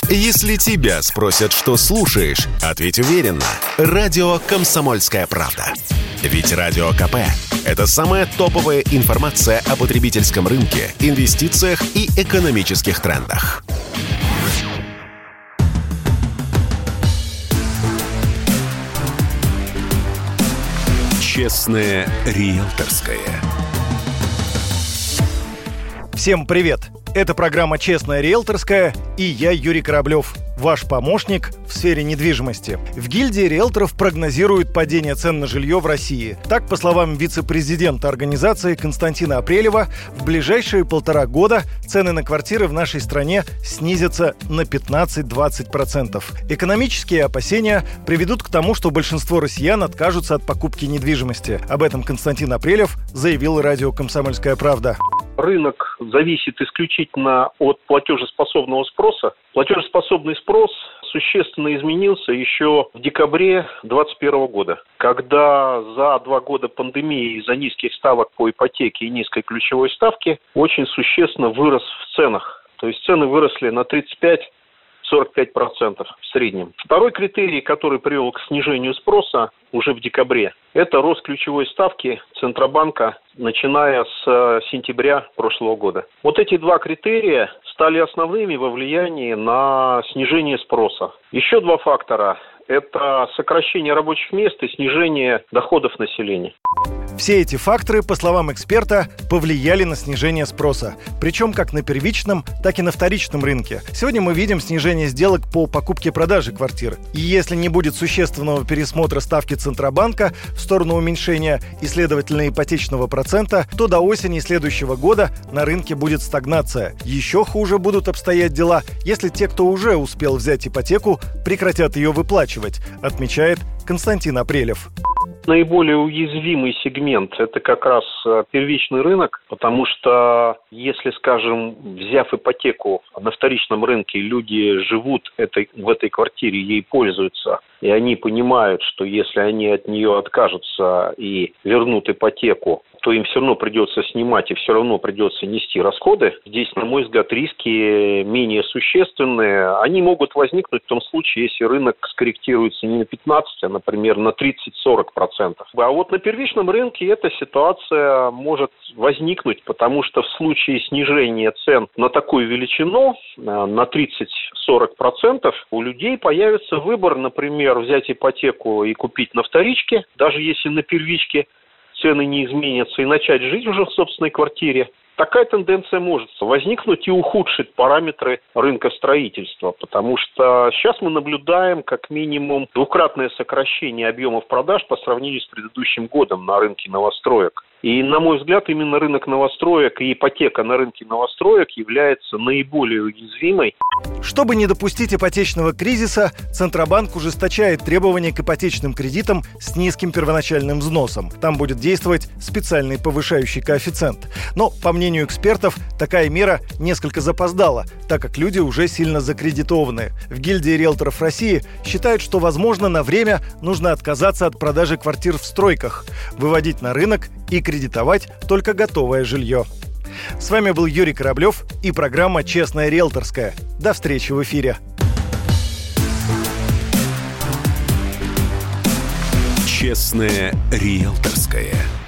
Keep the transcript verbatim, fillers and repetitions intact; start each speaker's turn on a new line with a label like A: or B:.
A: Если тебя спросят, что слушаешь, ответь уверенно. Радио «Комсомольская правда». Ведь Радио КП – это самая топовая информация о потребительском рынке, инвестициях и экономических трендах. Честное риэлторское.
B: Всем привет! Это программа «Честная риэлторская» и я, Юрий Кораблев, ваш помощник в сфере недвижимости. В гильдии риэлторов прогнозируют падение цен на жилье в России. Так, по словам вице-президента организации Константина Апрелева, в ближайшие полтора года цены на квартиры в нашей стране снизятся на пятнадцать-двадцать процентов. Экономические опасения приведут к тому, что большинство россиян откажутся от покупки недвижимости. Об этом Константин Апрелев заявил радио «Комсомольская правда».
C: Рынок зависит исключительно от платежеспособного спроса. Платежеспособный спрос существенно изменился еще в декабре двадцать первого года, когда за два года пандемии из-за низких ставок по ипотеке и низкой ключевой ставки очень существенно вырос в ценах. То есть цены выросли на тридцать пять - сорок пять процентов в среднем. Второй критерий, который привел к снижению спроса уже в декабре, это рост ключевой ставки Центробанка, начиная с сентября прошлого года. Вот эти два критерия стали основными во влиянии на снижение спроса. Еще два фактора – это сокращение рабочих мест и снижение доходов населения.
B: Все эти факторы, по словам эксперта, повлияли на снижение спроса. Причем как на первичном, так и на вторичном рынке. Сегодня мы видим снижение сделок по покупке-продаже квартир. И если не будет существенного пересмотра ставки Центробанка в сторону уменьшения и, следовательно, ипотечного процента, то до осени следующего года на рынке будет стагнация. Еще хуже будут обстоять дела, если те, кто уже успел взять ипотеку, прекратят ее выплачивать, отмечает Константин Апрелев.
C: Наиболее уязвимый сегмент – это как раз первичный рынок, потому что если, скажем, взяв ипотеку на вторичном рынке, люди живут этой, в этой квартире, ей пользуются, и они понимают, что если они от нее откажутся и вернут ипотеку, то им все равно придется снимать и все равно придется нести расходы. Здесь, на мой взгляд, риски менее существенные. Они могут возникнуть в том случае, если рынок скорректируется не на пятнадцать, а, например, на тридцать-сорок процентов. А вот на первичном рынке эта ситуация может возникнуть, потому что в случае снижения цен на такую величину, на тридцать-сорок процентов, у людей появится выбор, например, взять ипотеку и купить на вторичке, даже если на первичке цены не изменятся, и начать жить уже в собственной квартире. Такая тенденция может возникнуть и ухудшить параметры рынка строительства, потому что сейчас мы наблюдаем как минимум двукратное сокращение объемов продаж по сравнению с предыдущим годом на рынке новостроек. И, на мой взгляд, именно рынок новостроек и ипотека на рынке новостроек является наиболее уязвимой.
B: Чтобы не допустить ипотечного кризиса, Центробанк ужесточает требования к ипотечным кредитам с низким первоначальным взносом. Там будет действовать специальный повышающий коэффициент. Но, по мнению экспертов, такая мера несколько запоздала, так как люди уже сильно закредитованы. В гильдии риэлторов России считают, что, возможно, на время нужно отказаться от продажи квартир в стройках, выводить на рынок и кредитовать только готовое жилье. С вами был Юрий Кораблев и программа «Честная риэлторская». До встречи в эфире.
A: Честная риэлторская.